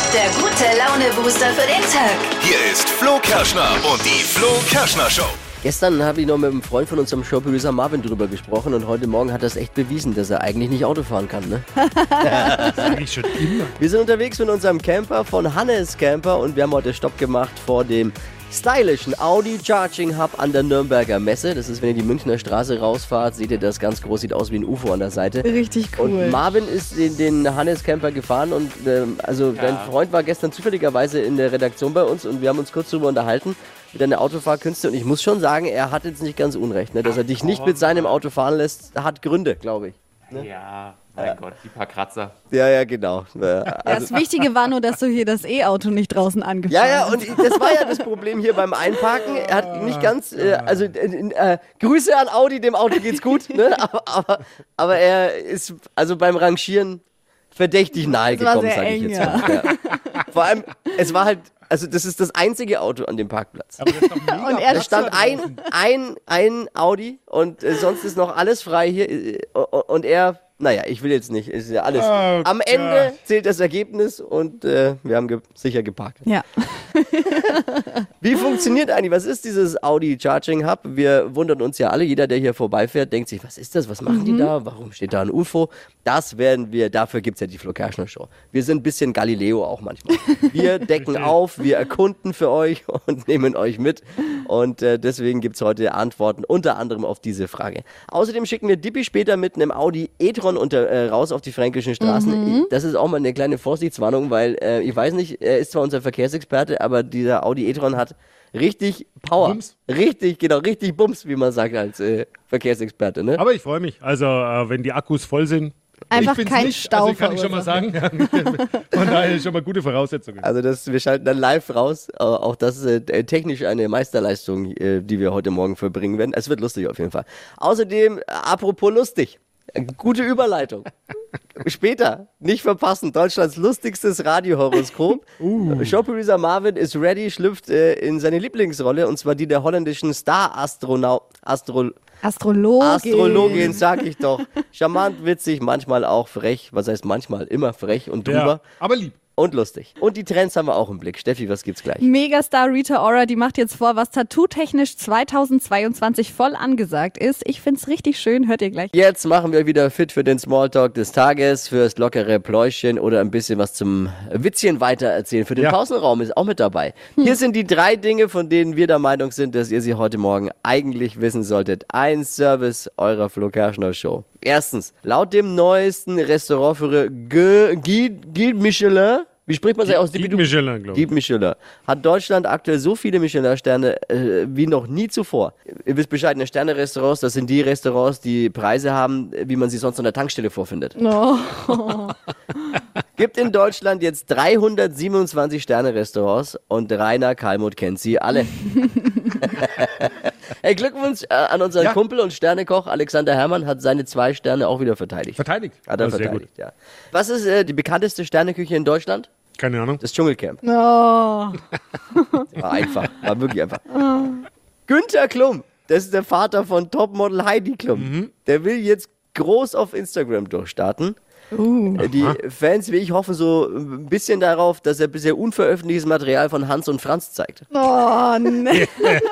der gute Laune-Booster für den Tag. Hier ist Flo Kerschner und die Flo Kerschner Show. Gestern habe ich noch mit einem Freund von unserem Showproducer Marvin drüber gesprochen und heute Morgen hat er es echt bewiesen, dass er eigentlich nicht Auto fahren kann, ne? Das sage ich schon immer. Wir sind unterwegs mit unserem Camper von Hannes Camper und wir haben heute Stopp gemacht vor dem stylischen Audi Charging Hub an der Nürnberger Messe. Das ist, wenn ihr die Münchner Straße rausfahrt, seht ihr das ganz groß, sieht aus wie ein UFO an der Seite. Richtig cool. Und Marvin ist den Hannes Camper gefahren und dein Freund war gestern zufälligerweise in der Redaktion bei uns und wir haben uns kurz darüber unterhalten, mit deiner Autofahrkünste und ich muss schon sagen, er hat jetzt nicht ganz unrecht, ne? Dass er dich nicht mit seinem Auto fahren lässt, hat Gründe, glaube ich. Ne? Ja, mein Gott, die paar Kratzer. Ja, genau. Das Wichtige war nur, dass du hier das E-Auto nicht draußen angefahren hast. Und das war ja das Problem hier beim Einparken. Er hat nicht ganz, Grüße an Audi, dem Auto geht's gut, ne? aber er ist also beim Rangieren verdächtig nahe gekommen, sage ich jetzt mal. Ja. Vor allem, es war halt, also das ist das einzige Auto an dem Parkplatz. Aber das ist doch mega Und er Da stand ein Audi und sonst ist noch alles frei hier und er, naja, ich will jetzt nicht, ist ja alles. Am Ende zählt das Ergebnis und wir haben sicher geparkt. Ja. Wie funktioniert eigentlich, was ist dieses Audi Charging Hub? Wir wundern uns ja alle, jeder, der hier vorbeifährt, denkt sich, was ist das, was machen die da, warum steht da ein UFO? Dafür gibt's ja die Flo Kerschner Show. Wir sind ein bisschen Galileo auch manchmal. Wir decken auf, wir erkunden für euch und nehmen euch mit und deswegen gibt's heute Antworten, unter anderem auf diese Frage. Außerdem schicken wir Dippi später mit einem Audi e-tron raus auf die fränkischen Straßen. Das ist auch mal eine kleine Vorsichtswarnung, weil ich weiß nicht, er ist zwar unser Verkehrsexperte, aber dieser Audi e-tron hat richtig Power. Bums. Richtig Bums, wie man sagt als Verkehrsexperte. Ne? Aber ich freue mich. Also, wenn die Akkus voll sind. Einfach ich bin's kein nicht, Stau also kann ich schon mal sagen. Von daher schon mal gute Voraussetzungen. Also wir schalten dann live raus. Auch das ist technisch eine Meisterleistung, die wir heute Morgen verbringen werden. Es wird lustig auf jeden Fall. Außerdem, apropos lustig, gute Überleitung. Später, nicht verpassen, Deutschlands lustigstes Radiohoroskop. Showproducer Marvin ist ready, schlüpft in seine Lieblingsrolle, und zwar die der holländischen Astrologin, sag ich doch. Charmant, witzig, manchmal auch frech. Was heißt manchmal? Immer frech und drüber. Ja, aber lieb. Und lustig. Und die Trends haben wir auch im Blick. Steffi, was gibt's gleich? Megastar Rita Ora, die macht jetzt vor, was tattoo-technisch 2022 voll angesagt ist. Ich find's richtig schön, hört ihr gleich. Jetzt machen wir wieder fit für den Smalltalk des Tages, fürs lockere Pläuschen oder ein bisschen was zum Witzchen weitererzählen. Für den Pausenraum ist auch mit dabei. Hier sind die 3 Dinge, von denen wir der Meinung sind, dass ihr sie heute Morgen eigentlich wissen solltet. Ein Service eurer Flo Kerschner Show. Erstens, laut dem neuesten Restaurantführer Guide Michelin, wie spricht man sich aus? Guide Michelin, glaube ich. Guide Michelin. Hat Deutschland aktuell so viele Michelin-Sterne wie noch nie zuvor. Ihr wisst Bescheid, eine Sterne-Restaurants, das sind die Restaurants, die Preise haben, wie man sie sonst an der Tankstelle vorfindet. Oh. Gibt in Deutschland jetzt 327 Sterne-Restaurants und Rainer Kallmut kennt sie alle. Hey, Glückwunsch an unseren Kumpel und Sternekoch Alexander Herrmann, hat seine 2 Sterne auch wieder verteidigt. Hat er verteidigt, ja. Was ist die bekannteste Sterneküche in Deutschland? Keine Ahnung. Das Dschungelcamp. Oh. War einfach, war wirklich einfach. Günther Klum, das ist der Vater von Topmodel Heidi Klum. Der will jetzt groß auf Instagram durchstarten. Die Fans wie ich hoffen so ein bisschen darauf, dass er bisher unveröffentlichtes Material von Hans und Franz zeigt. Oh, nee.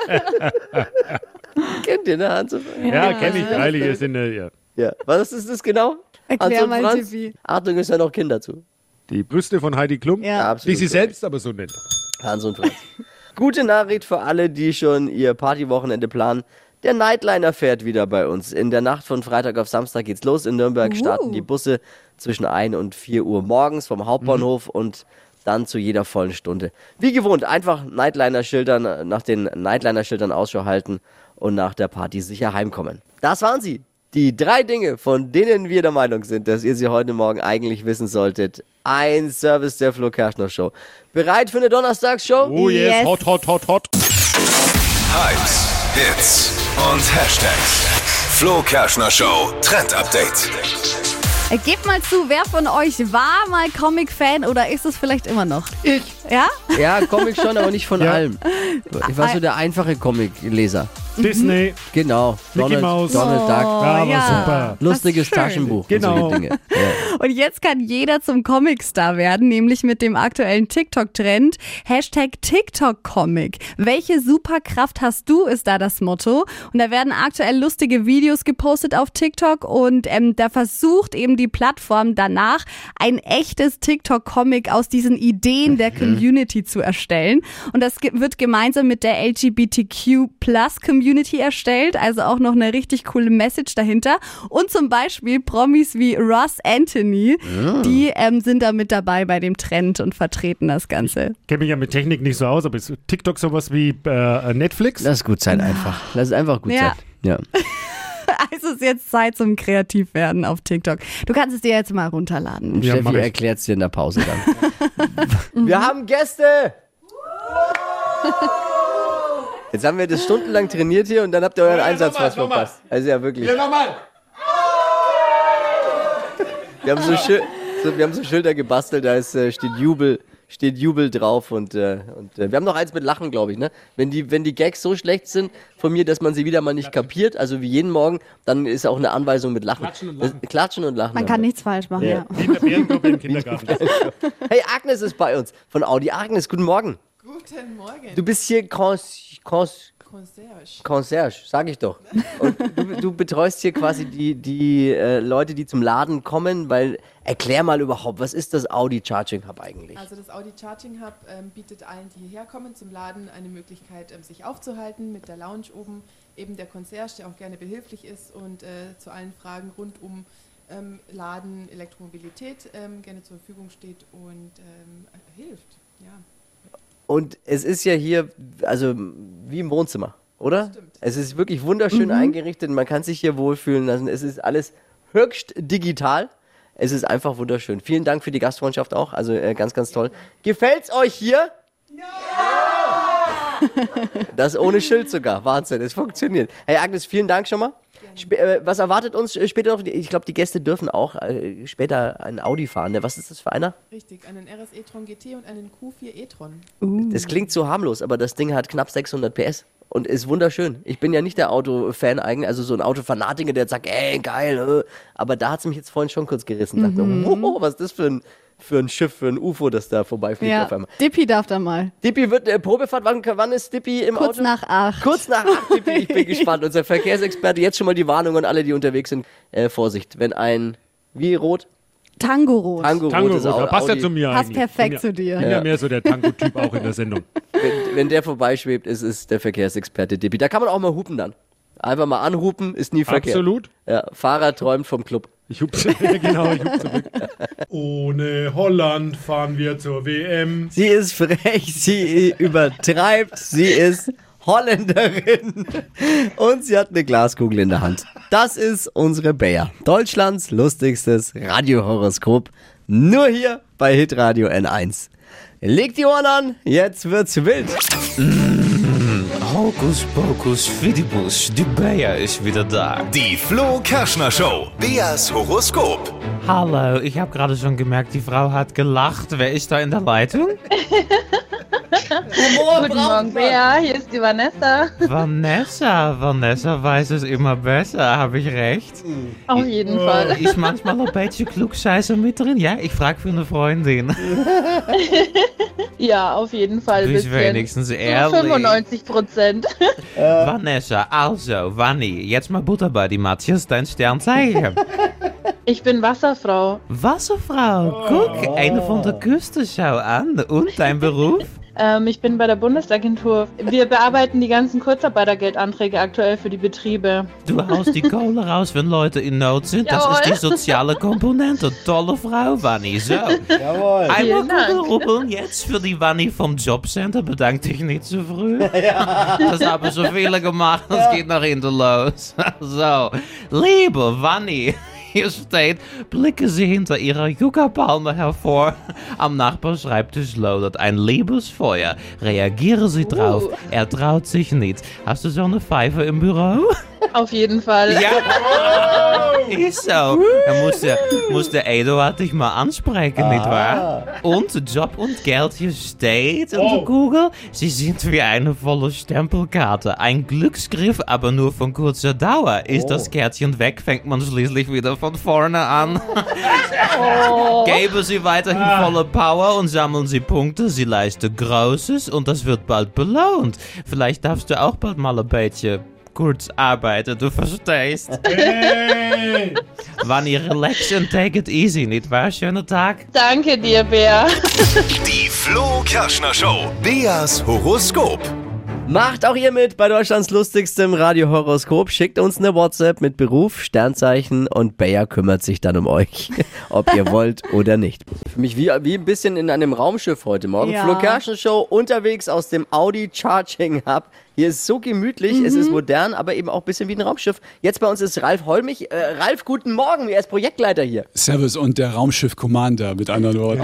Kennt ihr, ne, Hans und Franz? Ja, kenne ich. Heilige sind ja. Ja. Was ist das genau? Erklär Hans und mal, Franz? Tippi. Achtung, ist ja noch Kinder zu. Die Brüste von Heidi Klum, Ja. die sie selbst aber so nennt. Hans und Franz. Gute Nachricht für alle, die schon ihr Partywochenende planen. Der Nightliner fährt wieder bei uns. In der Nacht von Freitag auf Samstag geht's los. In Nürnberg starten die Busse zwischen 1 und 4 Uhr morgens vom Hauptbahnhof und dann zu jeder vollen Stunde. Wie gewohnt, einfach nach den Nightliner-Schildern Ausschau halten und nach der Party sicher heimkommen. Das waren sie. Die 3 Dinge, von denen wir der Meinung sind, dass ihr sie heute Morgen eigentlich wissen solltet. Ein Service der Flo Kerschner Show. Bereit für eine Donnerstagsshow? Oh yes, Yes. hot. Hypes, Hits und Hashtags. Flo Kerschner Show Trend Update. Gebt mal zu, wer von euch war mal Comic-Fan oder ist es vielleicht immer noch? Ich. Ja? Ja, Comic schon, aber nicht von Ja. allem. Ich war so der einfache Comic-Leser. Disney. Genau. Mickey Mouse. Donald Duck. Ja, aber ja. super. Lustiges schön. Taschenbuch. Genau. Und solche Dinge. Ja. Und jetzt kann jeder zum Comicstar werden, nämlich mit dem aktuellen TikTok-Trend. #TikTok-Comic. Welche Superkraft hast du, ist da das Motto. Und da werden aktuell lustige Videos gepostet auf TikTok und da versucht eben die Plattform danach ein echtes TikTok-Comic aus diesen Ideen der Community zu erstellen. Und das wird gemeinsam mit der LGBTQ+-Community erstellt, also auch noch eine richtig coole Message dahinter. Und zum Beispiel Promis wie Ross Anthony, die sind da mit dabei bei dem Trend und vertreten das Ganze. Ich kenne mich ja mit Technik nicht so aus, aber ist TikTok sowas wie Netflix? Lass es gut sein einfach. Lass es einfach gut sein. Ja. Also ist jetzt Zeit zum Kreativwerden auf TikTok. Du kannst es dir jetzt mal runterladen. Ja, Steffi erklärt es dir in der Pause dann. Wir haben Gäste! Jetzt haben wir das stundenlang trainiert hier und dann habt ihr euren Einsatz fast verpasst. Also ja, wirklich. Ja, nochmal! Wir haben so Schilder gebastelt, da steht Jubel drauf und wir haben noch eins mit Lachen, glaube ich, ne? Wenn die Gags so schlecht sind von mir, dass man sie wieder mal nicht kapiert, also wie jeden Morgen, dann ist auch eine Anweisung mit Lachen. Klatschen und Lachen. Man kann nichts falsch machen, ja. Wie in der Bärengruppe im Kindergarten. Hey, Agnes ist bei uns von Audi. Agnes, guten Morgen. Guten Morgen. Du bist hier Concierge, sag ich doch. Und du betreust hier quasi die Leute, die zum Laden kommen, weil erklär mal überhaupt, was ist das Audi Charging Hub eigentlich? Also das Audi Charging Hub bietet allen, die hierher kommen zum Laden, eine Möglichkeit, sich aufzuhalten mit der Lounge oben, eben der Concierge, der auch gerne behilflich ist und zu allen Fragen rund um Laden, Elektromobilität gerne zur Verfügung steht und hilft, ja. Und es ist ja hier, also wie im Wohnzimmer, oder? Stimmt. Es ist wirklich wunderschön eingerichtet, man kann sich hier wohlfühlen lassen. Es ist alles höchst digital. Es ist einfach wunderschön. Vielen Dank für die Gastfreundschaft auch, also ganz, ganz toll. Gefällt's euch hier? Ja! Das ohne Schild sogar, Wahnsinn, es funktioniert. Hey Agnes, vielen Dank schon mal. Was erwartet uns später noch? Ich glaube, die Gäste dürfen auch später einen Audi fahren. Ne? Was ist das für einer? Richtig, einen RS e-tron GT und einen Q4 e-tron. Das klingt so harmlos, aber das Ding hat knapp 600 PS und ist wunderschön. Ich bin ja nicht der Autofan eigentlich, also so ein Autofanatiker, der sagt, ey, geil. Aber da hat es mich jetzt vorhin schon kurz gerissen. Dachte, wow, was ist das für ein Schiff, für ein UFO, das da vorbeifliegt auf einmal. Dippi darf da mal. Dippi wird Probefahrt, wann ist Dippi im Auto? Kurz nach 8. Kurz nach 8, Dippi, ich bin gespannt. Unser Verkehrsexperte, jetzt schon mal die Warnung an alle, die unterwegs sind. Vorsicht, wenn ein, wie rot? Tango-Rot. Tango-Rot ist auch passt ja zu mir Passt eigentlich. perfekt zu dir. Ich bin ja mehr so der Tango-Typ auch in der Sendung. Wenn der vorbeischwebt, ist der Verkehrsexperte Dippi. Da kann man auch mal hupen dann. Einfach mal anhupen, ist nie verkehrt. Absolut. Ja, Fahrer träumt vom Club. Ich hupe zurück. Ohne Holland fahren wir zur WM. Sie ist frech, sie übertreibt, sie ist Holländerin und sie hat eine Glaskugel in der Hand. Das ist unsere Bea, Deutschlands lustigstes Radiohoroskop, nur hier bei Hitradio N1. Legt die Ohren an, jetzt wird's wild. Hokus Pokus Fidibus, die Bea ist wieder da. Die Flo Kerschner Show. Beas Horoskop. Hallo, ich habe gerade schon gemerkt, die Frau hat gelacht. Wer ist da in der Leitung? Guten Morgen, Bea, hier ist die Vanessa. Vanessa weiß es immer besser, habe ich recht? Auf jeden Fall. Ist manchmal ein bisschen Klugscheißer mit drin, ja? Ich frage für eine Freundin. Ja, auf jeden Fall. Du bist wenigstens ehrlich. 95%. Vanessa, also, Vanni, jetzt mal Butter bei die Matjes, dein Sternzeichen. Ich bin Wasserfrau. Wasserfrau, guck, eine von der Küste, schau an. Und dein Beruf? Ich bin bei der Bundesagentur. Wir bearbeiten die ganzen Kurzarbeitergeldanträge aktuell für die Betriebe. Du haust die Kohle raus, wenn Leute in Not sind. Das ist die soziale Komponente. Tolle Frau, Vanni. So. Jawohl. Einmal Kugelrubbeln jetzt für die Vanni vom Jobcenter. Bedank dich nicht zu früh. Ja. Das haben so viele gemacht. Das geht nach hinten los. So. Liebe Vanni. Hier steht, blicken Sie hinter Ihrer Yucca-Palme hervor. Am Nachbarschreibtisch lodert ein Liebesfeuer. Reagieren Sie drauf. Er traut sich nicht. Hast du so eine Pfeife im Büro? Auf jeden Fall. Ja, ist so. Da muss der Eduard dich mal ansprechen, nicht wahr? Und Job und Geld hier steht unter Google. Sie sind wie eine volle Stempelkarte. Ein Glücksgriff, aber nur von kurzer Dauer. Ist das Kärtchen weg, fängt man schließlich wieder von vorne an. Geben Sie weiterhin volle Power und sammeln Sie Punkte. Sie leisten Großes und das wird bald belohnt. Vielleicht darfst du auch bald mal ein bisschen kurz arbeiten, du verstehst. Hey. Wanni, relax and take it easy, nicht wahr? Schönen Tag. Danke dir, Bea. Die Flo Kerschner Show. Beas Horoskop. Macht auch ihr mit bei Deutschlands lustigstem Radiohoroskop. Schickt uns eine WhatsApp mit Beruf, Sternzeichen und Bea kümmert sich dann um euch, ob ihr wollt oder nicht. Für mich wie ein bisschen in einem Raumschiff heute Morgen. Ja. Flo Kerschner Show unterwegs aus dem Audi Charging Hub. Hier ist so gemütlich, es ist modern, aber eben auch ein bisschen wie ein Raumschiff. Jetzt bei uns ist Ralf Holmich. Ralf, guten Morgen, er ist Projektleiter hier. Servus und der Raumschiff-Commander mit anderen Worten.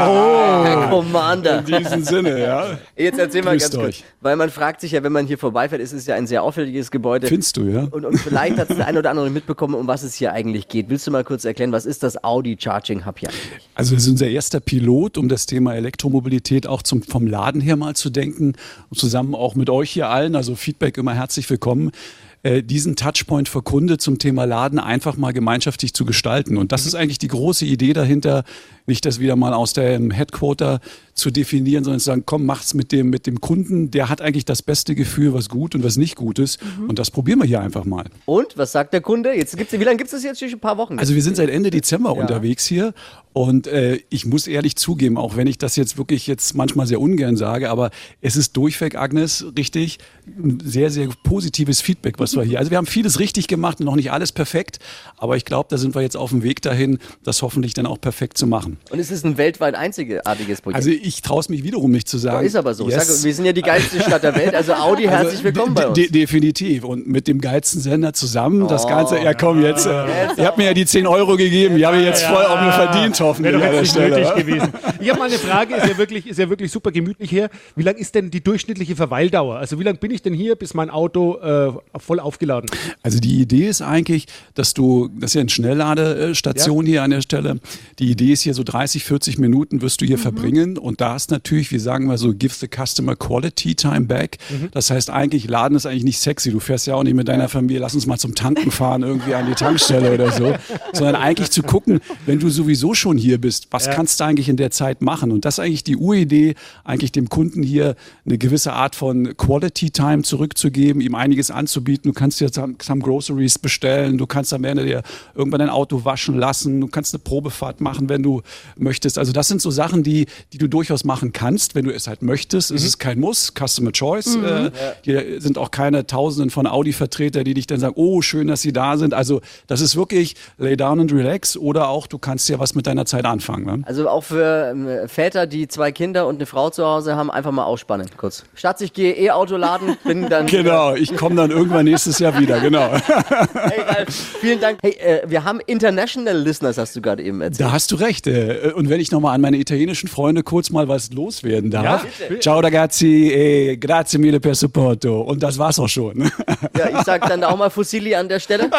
Herr Commander. In diesem Sinne, ja. Jetzt erzähl mal Grüßt ganz kurz, euch. weil man fragt sich ja, wenn man hier vorbeifährt, ist es ja ein sehr auffälliges Gebäude. Findest du, ja? Und vielleicht hat es der eine oder andere mitbekommen, um was es hier eigentlich geht. Willst du mal kurz erklären, was ist das Audi Charging Hub hier eigentlich? Also das ist unser erster Pilot, um das Thema Elektromobilität auch vom Laden her mal zu denken. Und zusammen auch mit euch hier allen, also Feedback immer herzlich willkommen, diesen Touchpoint für Kunde zum Thema Laden einfach mal gemeinschaftlich zu gestalten. Und das ist eigentlich die große Idee dahinter, nicht das wieder mal aus dem Headquarter zu definieren, sondern zu sagen, komm, macht's mit dem Kunden, der hat eigentlich das beste Gefühl, was gut und was nicht gut ist. Und das probieren wir hier einfach mal. Und, was sagt der Kunde? Wie lange gibt es das jetzt? Schon ein paar Wochen? Also wir sind seit Ende Dezember unterwegs hier und ich muss ehrlich zugeben, auch wenn ich das jetzt wirklich manchmal sehr ungern sage, aber es ist durchweg, Agnes, richtig, ein sehr, sehr positives Feedback, was wir hier, also wir haben vieles richtig gemacht und noch nicht alles perfekt, aber ich glaube, da sind wir jetzt auf dem Weg dahin, das hoffentlich dann auch perfekt zu machen. Und es ist ein weltweit einzigartiges Projekt. Also ich traue es mich wiederum nicht zu sagen. Ist aber so. Yes. Sag, wir sind ja die geilste Stadt der Welt, also Audi, herzlich willkommen bei uns. Definitiv. Und mit dem geilsten Sender zusammen, das Ganze, ja komm jetzt, ihr habt mir ja die 10 Euro gegeben, die habe ich jetzt voll auch nur verdient, hoffentlich Wäre an der doch Stelle. nötig gewesen. Ich habe mal eine Frage, ist ja wirklich super gemütlich hier. Wie lang ist denn die durchschnittliche Verweildauer? Also wie lange bin ich denn hier, bis mein Auto voll aufgeladen ist? Also die Idee ist eigentlich, das ist ja eine Schnellladestation hier an der Stelle. Die Idee ist hier so 30, 40 Minuten wirst du hier verbringen und da ist natürlich, wir sagen mal so, give the customer quality time back. Das heißt eigentlich, Laden ist eigentlich nicht sexy. Du fährst ja auch nicht mit deiner Familie, lass uns mal zum Tanken fahren, irgendwie an die Tankstelle oder so, sondern eigentlich zu gucken, wenn du sowieso schon hier bist, was kannst du eigentlich in der Zeit machen? Und das ist eigentlich die Uridee, eigentlich dem Kunden hier eine gewisse Art von Quality Time zurückzugeben, ihm einiges anzubieten. Du kannst dir some Groceries bestellen, du kannst am Ende dir irgendwann dein Auto waschen lassen, du kannst eine Probefahrt machen, wenn du möchtest. Also das sind so Sachen, die du durchaus machen kannst, wenn du es halt möchtest. Es ist kein Muss, Customer Choice. Hier sind auch keine Tausenden von Audi-Vertreter, die dich dann sagen, oh, schön, dass sie da sind. Also das ist wirklich lay down and relax oder auch du kannst ja was mit deiner Zeit anfangen. Ne? Also auch für Väter, die 2 Kinder und eine Frau zu Hause haben, einfach mal ausspannen, kurz. Statt ich gehe E-Auto laden, bin dann... Genau, ich komme dann irgendwann nächstes Jahr wieder, genau. Hey Ralf, vielen Dank. Hey, wir haben International Listeners, hast du gerade eben erzählt. Da hast du recht. Und wenn ich nochmal an meine italienischen Freunde kurz mal was loswerden darf. Ja, ciao ragazzi, grazie mille per supporto. Und das war's auch schon. Ja, ich sag dann auch mal Fusilli an der Stelle.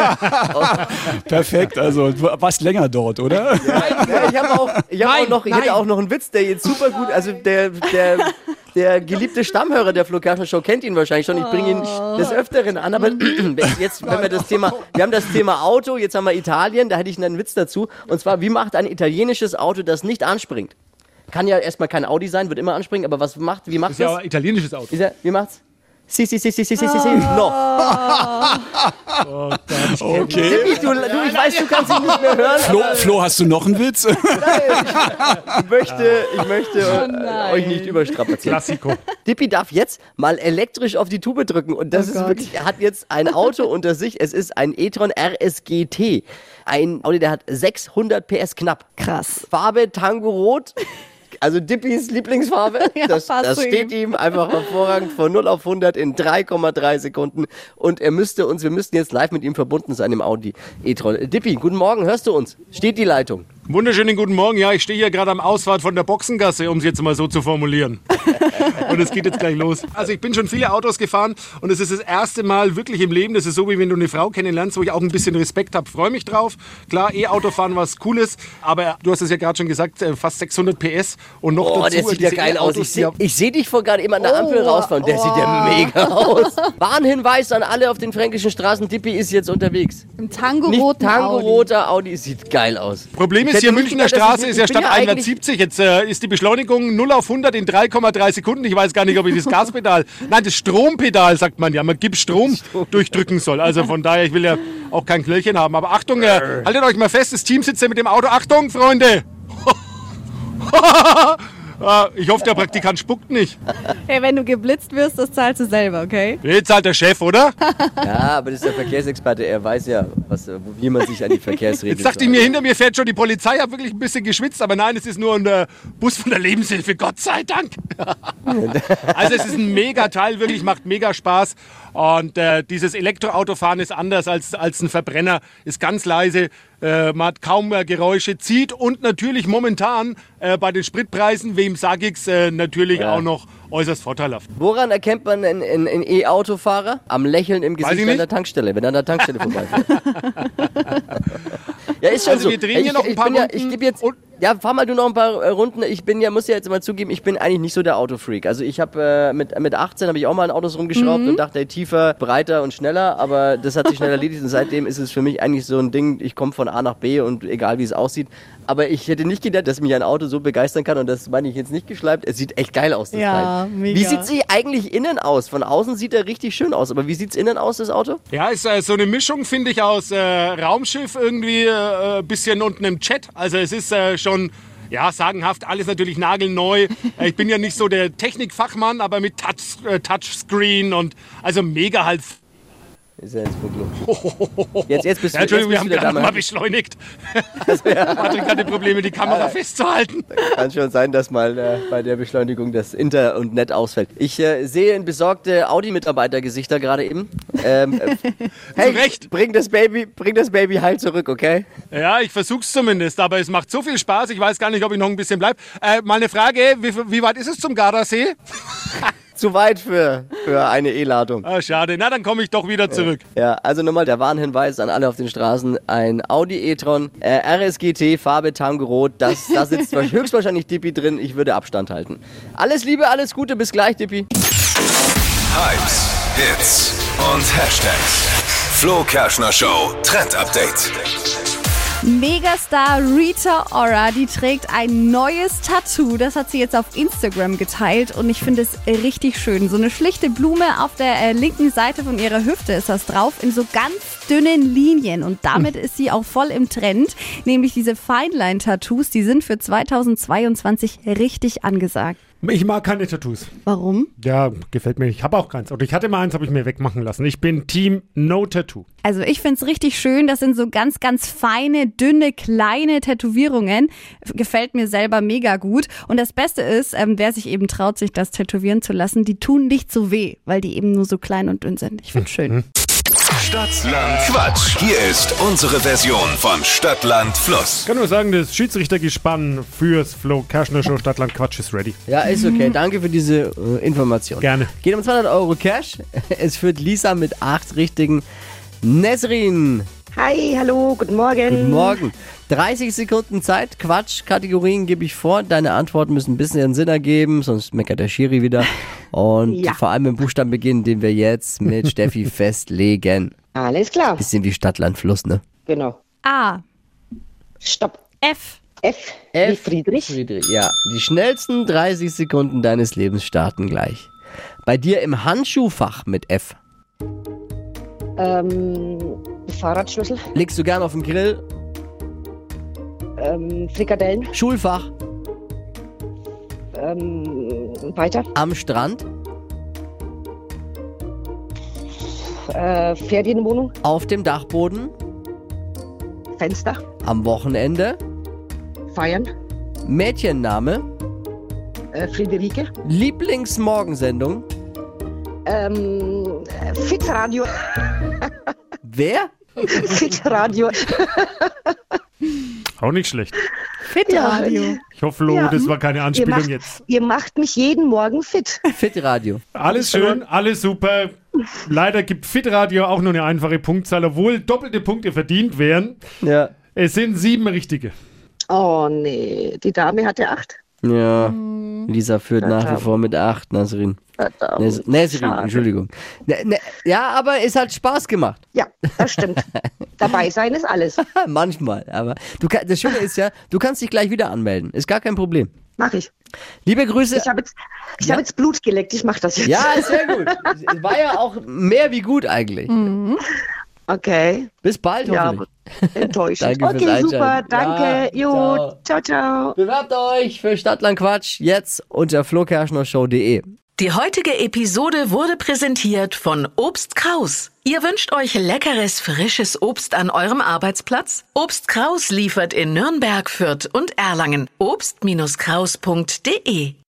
Perfekt, also du warst länger dort, oder? Ja, ich hätte auch noch einen Witz, der jetzt super gut, also der geliebte Stammhörer der Flo Kerschner Show kennt ihn wahrscheinlich schon. Ich bringe ihn des Öfteren an, aber jetzt, wenn wir haben das Thema Auto, jetzt haben wir Italien, da hätte ich einen Witz dazu. Und zwar, wie macht ein italienisches Auto, das nicht anspringt? Kann ja erstmal kein Audi sein, wird immer anspringen, aber wie macht das? Ist ja auch ein italienisches Auto. Wie macht's? Si, no. Oh, okay. Ich weiß, du kannst ihn nicht mehr hören. Flo, hast du noch einen Witz? Nein, ich möchte euch nicht überstrapazieren. Klassiko. Dippi darf jetzt mal elektrisch auf die Tube drücken und das ist wirklich, er hat jetzt ein Auto unter sich, es ist ein e-tron RS GT. Ein Audi, der hat 600 PS knapp. Krass. Farbe Tango Rot. Also Dippis Lieblingsfarbe, Ja, das steht ihm einfach hervorragend von 0 auf 100 in 3,3 Sekunden und wir müssten jetzt live mit ihm verbunden sein im Audi e-tron. Dippi, guten Morgen, hörst du uns? Steht die Leitung? Wunderschönen guten Morgen. Ja, ich stehe hier gerade am Ausfahrt von der Boxengasse, um es jetzt mal so zu formulieren. Und es geht jetzt gleich los. Also ich bin schon viele Autos gefahren und es ist das erste Mal wirklich im Leben, das ist so, wie wenn du eine Frau kennenlernst, wo ich auch ein bisschen Respekt habe. Freue mich drauf. Klar, E-Autofahren was Cooles, aber du hast es ja gerade schon gesagt, fast 600 PS und noch dazu. Der sieht ja geil aus. Ich seh dich vor gerade immer an der Ampel rausfahren. Der sieht ja mega aus. Warnhinweis an alle auf den fränkischen Straßen. Dippi ist jetzt unterwegs. Im Tango-roter Audi. Sieht geil aus. Problem ist, hier Münchner Straße ist ja statt 170. Jetzt ist die Beschleunigung 0 auf 100 in 3,3 Sekunden. Ich weiß gar nicht, ob ich das Gaspedal, nein, das Strompedal, sagt man ja. Man gibt Strom durchdrücken soll. Also von daher, ich will ja auch kein Knöllchen haben. Aber Achtung, haltet euch mal fest, das Team sitzt ja mit dem Auto. Achtung, Freunde! Ich hoffe, der Praktikant spuckt nicht. Hey, wenn du geblitzt wirst, das zahlst du selber, okay? Jetzt zahlt der Chef, oder? Ja, aber das ist der Verkehrsexperte. Er weiß ja, wie man sich an die Verkehrsregeln... Jetzt dachte ich mir, hinter mir fährt schon die Polizei. Ich habe wirklich ein bisschen geschwitzt. Aber nein, es ist nur ein Bus von der Lebenshilfe. Gott sei Dank. Also es ist ein mega Teil, wirklich macht mega Spaß. Und dieses Elektroautofahren ist anders als ein Verbrenner. Ist ganz leise. Man hat kaum Geräusche, zieht und natürlich momentan bei den Spritpreisen, wem sag ich's, natürlich auch noch äußerst vorteilhaft. Woran erkennt man einen E-Autofahrer? Am Lächeln im Gesicht an der Tankstelle, wenn er an der Tankstelle vorbeifährt. Ja, ist schon also so. wir drehen hier noch ein paar Runden. Ja, fahr mal du noch ein paar Runden. Muss ja jetzt mal zugeben, ich bin eigentlich nicht so der Autofreak. Also ich habe mit 18 habe ich auch mal an Autos rumgeschraubt und dachte, tiefer, breiter und schneller, aber das hat sich schnell erledigt und seitdem ist es für mich eigentlich so ein Ding, ich komme von A nach B und egal wie es aussieht. Aber ich hätte nicht gedacht, dass mich ein Auto so begeistern kann und das meine ich jetzt nicht geschleimt. Es sieht echt geil aus, das Teil. Mega. Wie sieht sie eigentlich innen aus? Von außen sieht er richtig schön aus, aber wie sieht es innen aus, das Auto? Ja, ist so eine Mischung, finde ich, aus Raumschiff irgendwie, bisschen unten im Chat. Also es ist schon... Ja, sagenhaft, alles natürlich nagelneu. Ich bin ja nicht so der Technikfachmann, aber mit Touchscreen und also mega halt. Ist ja ins Funkloch. Jetzt bist du Entschuldigung, wir jetzt haben bist du gerade mal beschleunigt. Patrick hatte Probleme, die Kamera festzuhalten. Kann schon sein, dass mal bei der Beschleunigung das Inter und Net ausfällt. Ich sehe in besorgte Audi-Mitarbeitergesichter gerade eben. Hey, zu Recht. Bring das Baby heil zurück, okay? Ja, ich versuch's zumindest, aber es macht so viel Spaß, ich weiß gar nicht, ob ich noch ein bisschen bleibe. Mal eine Frage, wie weit ist es zum Gardasee? Zu weit für eine E-Ladung. Ah, schade, na dann komme ich doch wieder zurück. Ja, also nochmal der Warnhinweis an alle auf den Straßen. Ein Audi e-tron, RSGT, Farbe Tango-Rot. Da sitzt höchstwahrscheinlich Dippi drin. Ich würde Abstand halten. Alles Liebe, alles Gute, bis gleich, Dippi. Hypes, Hits und Hashtags. Flo Kerschner Show Trend Update. Megastar Rita Ora, die trägt ein neues Tattoo. Das hat sie jetzt auf Instagram geteilt und ich finde es richtig schön. So eine schlichte Blume auf der linken Seite von ihrer Hüfte ist das drauf, in so ganz dünnen Linien. Und damit ist sie auch voll im Trend. Nämlich diese Feinline-Tattoos, die sind für 2022 richtig angesagt. Ich mag keine Tattoos. Warum? Ja, gefällt mir nicht. Ich habe auch keins. Oder ich hatte mal eins, habe ich mir wegmachen lassen. Ich bin Team No Tattoo. Also ich finde es richtig schön. Das sind so ganz, ganz feine, dünne, kleine Tätowierungen. Gefällt mir selber mega gut. Und das Beste ist, wer sich eben traut, sich das tätowieren zu lassen, die tun nicht so weh, weil die eben nur so klein und dünn sind. Ich finde es schön. Stadtland Quatsch. Hier ist unsere Version von Stadtland Fluss. Ich kann nur sagen, das Schiedsrichtergespann fürs Flo Kerschner Show Stadtland Quatsch ist ready. Ja, ist okay. Danke für diese Information. Gerne. Geht um 200 € Cash. Es führt Lisa mit 8 richtigen. Nesrin. Hi, hallo, guten Morgen. Guten Morgen. 30 Sekunden Zeit. Quatsch-Kategorien gebe ich vor. Deine Antworten müssen ein bisschen Sinn ergeben, sonst meckert der Schiri wieder. Und vor allem mit dem Buchstaben beginnen, den wir jetzt mit Steffi festlegen. Alles klar. Bisschen wie Stadt, Land, Fluss, ne? Genau. A. Stopp. F. Wie Friedrich. Ja, die schnellsten 30 Sekunden deines Lebens starten gleich. Bei dir im Handschuhfach mit F. Fahrradschlüssel. Legst du gern auf dem Grill? Frikadellen. Schulfach. Weiter. Am Strand. Ferienwohnung. Auf dem Dachboden. Fenster. Am Wochenende. Feiern. Mädchenname. Friederike. Lieblingsmorgensendung. Fitradio. Wer? Fitradio. Auch nicht schlecht. Fit-Radio. Ich hoffe, Flo, das war keine Anspielung jetzt. Ihr macht mich jeden Morgen fit. Fit-Radio. Alles schön, alles super. Leider gibt Fit-Radio auch nur eine einfache Punktzahl, obwohl doppelte Punkte verdient wären. Ja. Es sind 7 richtige. Oh nee, die Dame hatte 8. Ja, Lisa führt nach wie vor mit 8, Nasrin. Nasrin, Entschuldigung. Ja, aber es hat Spaß gemacht. Ja, das stimmt. Dabei sein ist alles. Manchmal, aber das Schöne ist ja, du kannst dich gleich wieder anmelden. Ist gar kein Problem. Mach ich. Liebe Grüße. Ich hab jetzt Blut geleckt, ich mach das jetzt. Ja, sehr gut. Es war ja auch mehr wie gut eigentlich. Okay. Bis bald, hoffentlich. Enttäuschend. Danke fürs Okay, Einschalten. super, danke. Ja, Jo, ciao. Bewerbt euch für Stadtland Quatsch jetzt unter flokerschnershow.de. Die heutige Episode wurde präsentiert von Obst Kraus. Ihr wünscht euch leckeres, frisches Obst an eurem Arbeitsplatz? Obst Kraus liefert in Nürnberg, Fürth und Erlangen. Obst-Kraus.de